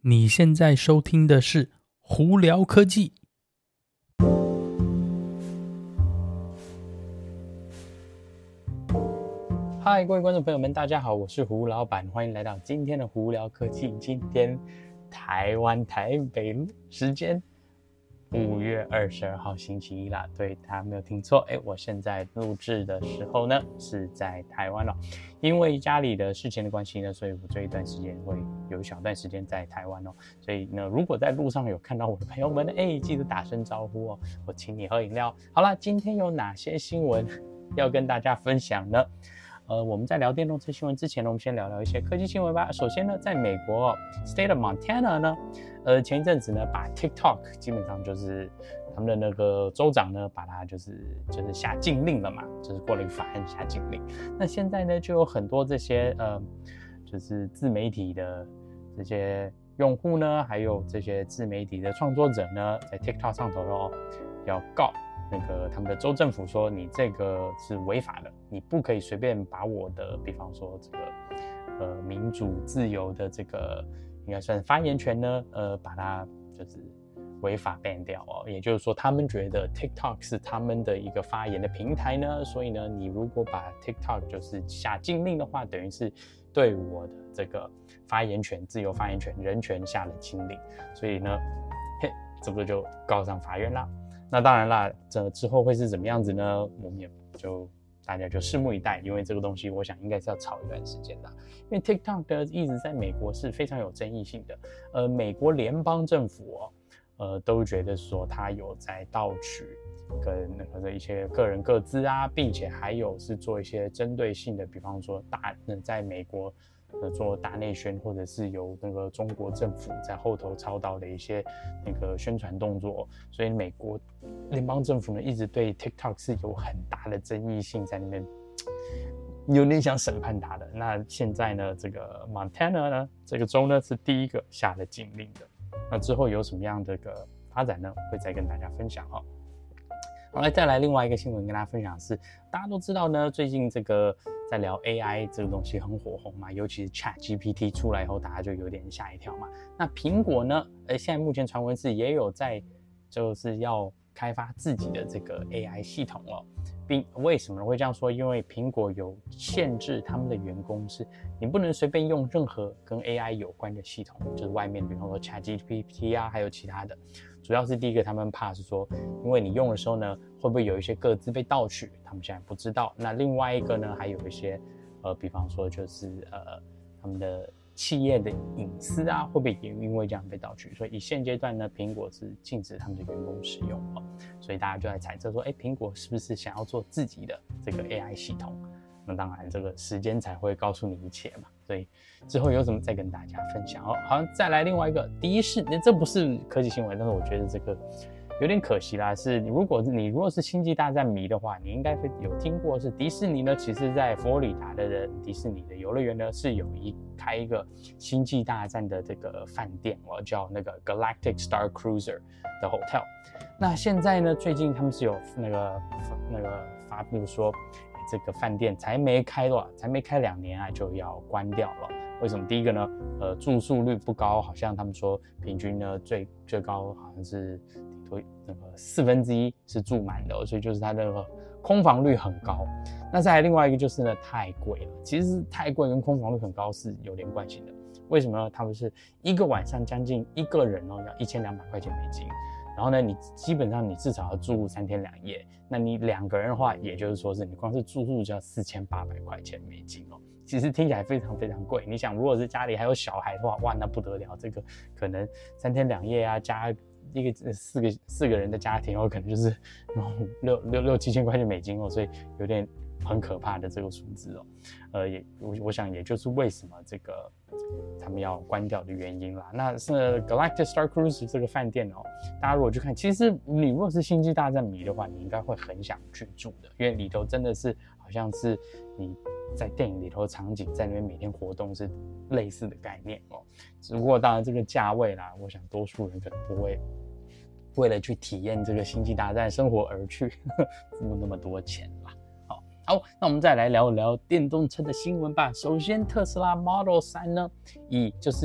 你现在收听的是胡聊科技。嗨，各位观众朋友们，大家好，我是胡老板，欢迎来到今天的胡聊科技。今天台湾台北时间5月22号星期一啦，对，大家没有听错，我现在录制的时候呢是在台湾哦，因为家里的事情的关系呢，所以我这一段时间会有一小段时间在台湾哦，所以呢，如果在路上有看到我的朋友们呢，记得打声招呼哦，我请你喝饮料。好啦，今天有哪些新闻要跟大家分享呢？我们在聊电动车新闻之前呢，我们先聊聊一些科技新闻吧。首先呢，在美国State of Montana 呢，前一阵子呢，把 TikTok 基本上就是他们的那个州长呢，把它就是下禁令了嘛，就是过了一个法案下禁令。那现在呢，就有很多这些就是自媒体的这些用户呢，还有这些自媒体的创作者呢，在 TikTok 上头要告那个他们的州政府说，你这个是违法的，你不可以随便把我的，比方说这个民主自由的这个应该算发言权呢，把它就是违法 ban 掉哦。也就是说，他们觉得 TikTok 是他们的一个发言的平台呢，所以呢，你如果把 TikTok 就是下禁令的话，等于是对我的这个发言权、自由发言权、人权下了禁令，所以呢，这个就告上法院啦。那当然啦，这之后会是怎么样子呢？我们也就大家就拭目以待，因为这个东西我想应该是要吵一段时间的。因为 TikTok 的一直在美国是非常有争议性的，美国联邦政府都觉得说他有在盗取跟那个的一些个人个资啊，并且还有是做一些针对性的，比方说在美国做大内宣，或者是由那个中国政府在后头操刀的一些那个宣传动作，所以美国联邦政府呢一直对 TikTok 是有很大的争议性在那边，有点想审判他的。那现在呢，这个 Montana 呢这个州呢是第一个下了禁令的，那之后有什么样的个发展呢，会再跟大家分享哦。好，来再来另外一个新闻跟大家分享的是，大家都知道呢，最近这个在聊 AI 这个东西很火红嘛，尤其是 ChatGPT 出来以后，大家就有点吓一跳嘛。那苹果呢，现在目前传闻是也有在就是要开发自己的这个 AI 系统哦，并为什么会这样说？因为苹果有限制他们的员工是，你不能随便用任何跟 AI 有关的系统，就是外面比方说 ChatGPT 啊，还有其他的。主要是第一个，他们怕是说，因为你用的时候呢，会不会有一些个资被盗取？他们现在不知道。那另外一个呢，还有一些比方说就是他们的企业的隐私啊，会不会也因为这样被盗取？所以以现阶段呢，苹果是禁止他们的员工使用哦。所以大家就在猜测说，苹果是不是想要做自己的这个 AI 系统？那当然，这个时间才会告诉你一切嘛。所以之后有什么再跟大家分享哦。好，再来另外一个，迪士尼，这不是科技新闻，但是我觉得这个有点可惜啦。是如果是星际大战迷的话，你应该会有听过，是迪士尼呢，其实在佛罗里达的迪士尼的游乐园呢，是有开一个星际大战的这个饭店哦，叫那个 Galactic Star Cruiser 的 hotel。那现在呢，最近他们是有那个发布说，这个饭店才没开2年啊，就要关掉了。为什么？第一个呢，住宿率不高，好像他们说平均呢最高好像是那个1/4是住满的，所以就是它那个空房率很高。那再来另外一个就是呢，太贵了。其实太贵跟空房率很高是有连贯性的。为什么呢？他们是一个晚上将近一个人要1200块钱美金。然后呢，你基本上你至少要住3天2夜，那你2个人的话，也就是说是你光是住宿就要4800块钱美金哦。其实听起来非常非常贵。你想，如果是家里还有小孩的话，哇，那不得了，这个可能3天2夜啊，加一个四个人的家庭哦，可能就是6、7千块钱美金哦，所以有点很可怕的这个数字哦。我想也就是为什么这个他们要关掉的原因啦。那是 Galactic Star Cruise 这个饭店哦，大家如果去看，其实你如果是星际大战迷的话，你应该会很想去住的，因为里头真的是好像是你在电影里头的场景，在那边每天活动是类似的概念哦。只不过当然这个价位啦，我想多数人可能不会为了去体验这个星际大战生活而去付那么多钱啦。好，那我们再来聊聊电动车的新闻吧。首先，特斯拉 Model 3呢，就是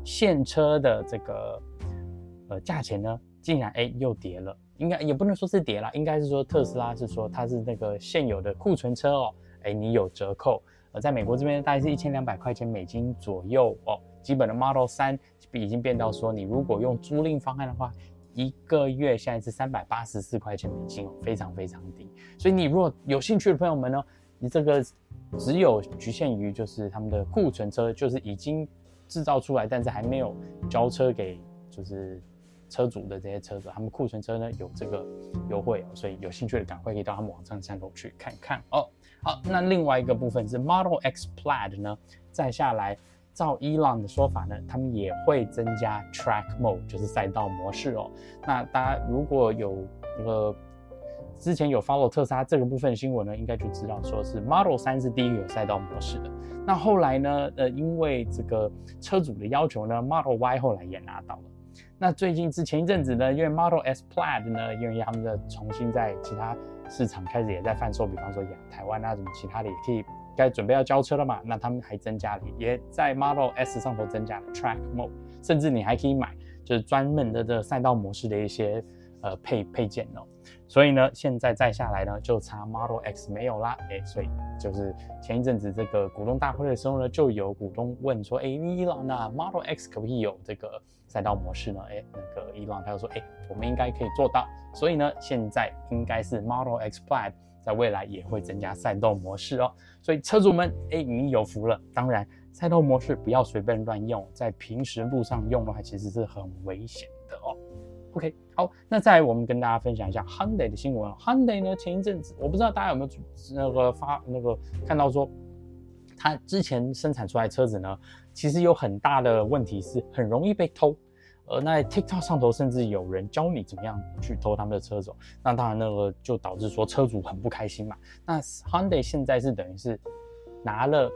现车的这个价钱呢，竟然又跌了。应该也不能说是跌啦，应该是说特斯拉是说它是那个现有的库存车哦，你有折扣。在美国这边大概是1200块钱美金左右哦。基本的 Model 3已经变到说，你如果用租赁方案的话，一个月现在是384块钱美金哦，非常非常低。所以你如果有兴趣的朋友们呢，你这个只有局限于就是他们的库存车，就是已经制造出来，但是还没有交车给就是车主的这些车主，他们库存车呢有这个优惠哦，所以有兴趣的赶快可以到他们网站上头去看看哦。好，那另外一个部分是 Model X Plaid 呢，再下来照 Elon 的说法呢，他们也会增加 Track Mode， 就是赛道模式哦。那大家如果有之前有 follow 特斯拉这个部分新闻呢，应该就知道说是 Model 3是第一个有赛道模式的。那后来呢，因为这个车主的要求呢 ，Model Y 后来也拿到了。那最近前一阵子呢，因为 Model S Plaid 呢，因为他们的重新在其他市场开始也在贩售，比方说台湾啊什么其他的也可以该准备要交车了嘛，那他们还增加了，也在 Model S 上头增加了 Track Mode， 甚至你还可以买就是专门的这赛道模式的一些配件哦。所以呢，现在再下来呢，就差 Model X 没有啦，所以就是前一阵子这个股东大会的时候呢，就有股东问说，Elon 那 Model X 可不可以有这个赛道模式呢？那个 Elon 他就说，我们应该可以做到。所以呢，现在应该是 Model X Plaid 在未来也会增加赛道模式哦。所以车主们，你有福了。当然，赛道模式不要随便乱用，在平时路上用的话，其实是很危险的哦。OK， 好，那再来我们跟大家分享一下 Hyundai 的新闻。Hyundai 呢，前一阵子我不知道大家有没有看到说，它之前生产出来的车子呢，其实有很大的问题是很容易被偷。那 TikTok 上头甚至有人教你怎么样去偷他们的车子，那当然那个就导致说车主很不开心嘛。那 Hyundai 现在是等于是拿了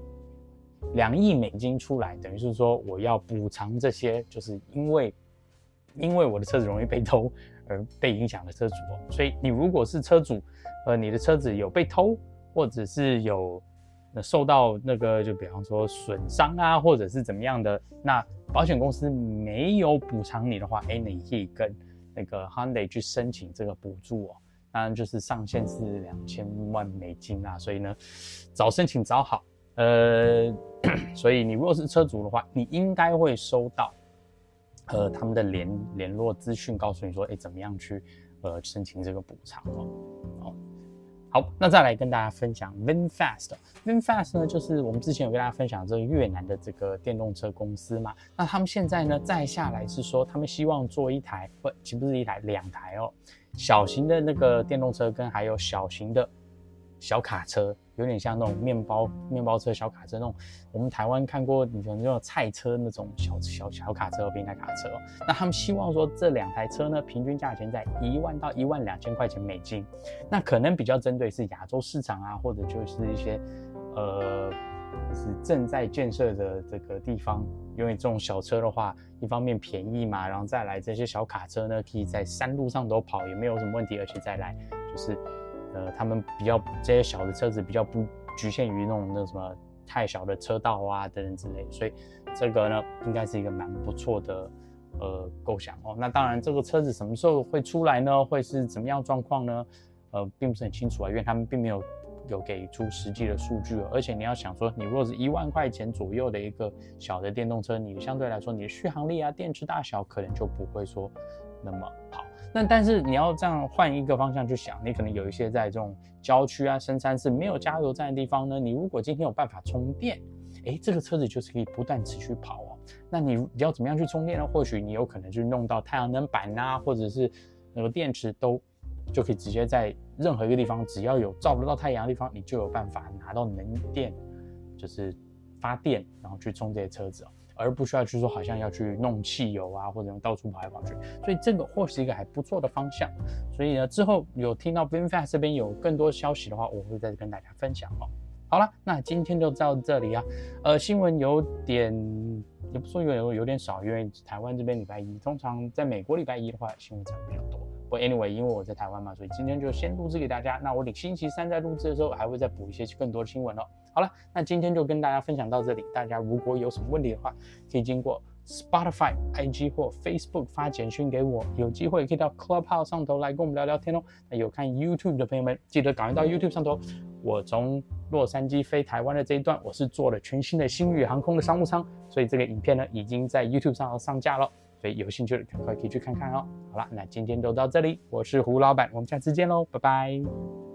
2亿美金出来，等于是说我要补偿这些就是因为我的车子容易被偷而被影响的车主哦。所以你如果是车主，你的车子有被偷，或者是有受到那个就比方说损伤啊，或者是怎么样的，那保险公司没有补偿你的话，你可以跟那个 Hyundai 去申请这个补助哦。当然就是上限是2000万美金啦，所以呢，早申请早好。所以你如果是车主的话，你应该会收到他们的联络资讯，告诉你说，怎么样去申请这个补偿哦。好，那再来跟大家分享 VinFast。VinFast 呢，就是我们之前有跟大家分享这个越南的这个电动车公司嘛。那他们现在呢，再下来是说，他们希望做一台，其实不是一台，2台哦，小型的那个电动车跟还有小型的小卡车，有点像那种面包车、小卡车那种。我们台湾看过你可能那种菜车那种小卡车、平台卡车哦。那他们希望说这2台车呢，平均价钱在1万到12000块钱美金。那可能比较针对是亚洲市场啊，或者就是一些就是正在建设的这个地方。因为这种小车的话，一方面便宜嘛，然后再来这些小卡车呢，可以在山路上都跑，也没有什么问题，而且再来就是他们这些小的车子比较不局限于那什么太小的车道啊等等之类的，所以这个呢应该是一个蛮不错的构想哦。那当然这个车子什么时候会出来呢？会是怎么样状况呢？并不是很清楚啊，因为他们并没有给出实际的数据，而且你要想说，你如果是1万块钱左右的一个小的电动车，你相对来说你的续航力啊、电池大小可能就不会说那么好。那但是你要这样换一个方向去想，你可能有一些在这种郊区啊、深山是没有加油站的地方呢，你如果今天有办法充电，这个车子就是可以不断持续跑哦。那你要怎么样去充电呢？或许你有可能就弄到太阳能板啊，或者是那个电池就可以直接在任何一个地方，只要有照得到太阳的地方，你就有办法拿到能电，就是发电，然后去充这些车子哦。而不需要去说好像要去弄汽油啊，或者到处跑来跑去，所以这个或是一个还不错的方向。所以呢，之后有听到 VinFast 这边有更多消息的话，我会再跟大家分享哦。好啦，那今天就到这里啊。新闻有点，也不说有点少，因为台湾这边礼拜一，通常在美国礼拜一的话，新闻才会比较多。不过 anyway， 因为我在台湾嘛，所以今天就先录制给大家。那我星期3在录制的时候，还会再补一些更多的新闻哦。好了，那今天就跟大家分享到这里。大家如果有什么问题的话，可以经过 Spotify、IG 或 Facebook 发简讯给我，有机会可以到 Clubhouse 上头来跟我们聊聊天哦。那有看 YouTube 的朋友们，记得赶快到 YouTube 上头。我从洛杉矶飞台湾的这一段，我是坐了全新的星宇航空的商务舱，所以这个影片呢已经在 YouTube 上上架了，所以有兴趣的赶快可以去看看哦。好了，那今天就到这里，我是胡老板，我们下次见喽，拜拜。